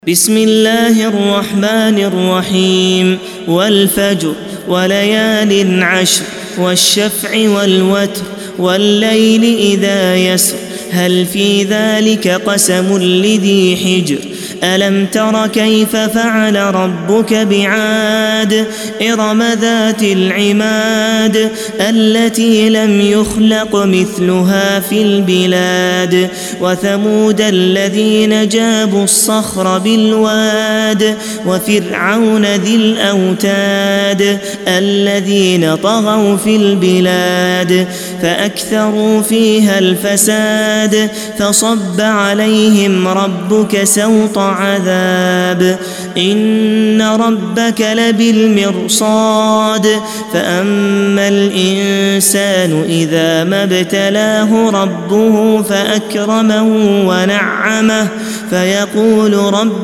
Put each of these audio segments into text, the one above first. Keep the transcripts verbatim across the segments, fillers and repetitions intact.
بسم الله الرحمن الرحيم والفجر وليال عشر والشفع والوتر والليل إذا يسر هل في ذلك قسم لذي حجر ألم تر كيف فعل ربك بعاد إرم ذات العماد التي لم يخلق مثلها في البلاد وثمود الذين جابوا الصخر بالواد وفرعون ذي الأوتاد الذين طغوا في البلاد فأكثروا فيها الفساد فصب عليهم ربك سوط عذاب إن ربك لبالمرصاد فأما الإنسان إذا ما ابتلاه ربه فأكرمه ونعمه فيقول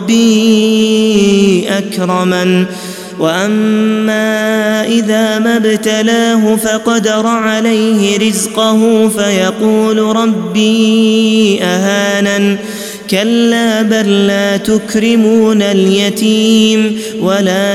ربي أكرمن وأما إذا ما ابتلاه فقدر عليه رزقه فيقول ربي أهانن كلا بل لا تكرمون اليتيم ولا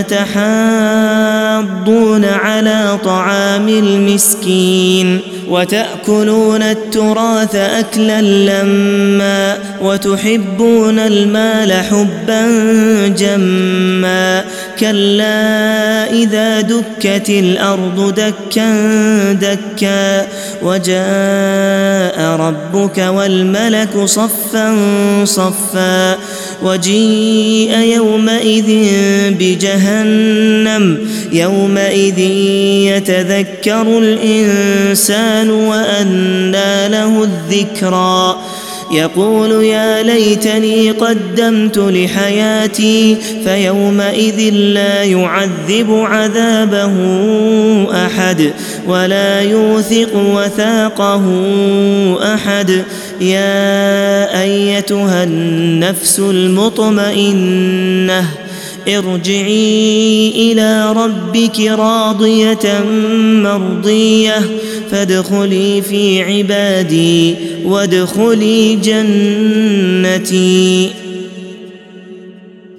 تحاضون على طعام المسكين وتأكلون التراث أكلا لما وتحبون المال حبا جما كلا إذا دكت الأرض دكا دكا وجاء ربك والملك صفا صفا وجيء يومئذ بجهنم يومئذ يتذكر الإنسان وأنى له الذكرى يقول يا ليتني قدمت لحياتي فيومئذ لا يعذب عذابه أحد ولا يوثق وثاقه أحد يا أيتها النفس المطمئنة ارجعي إلى ربك راضية مرضية فادخلي في عبادي وادخلي جنتي.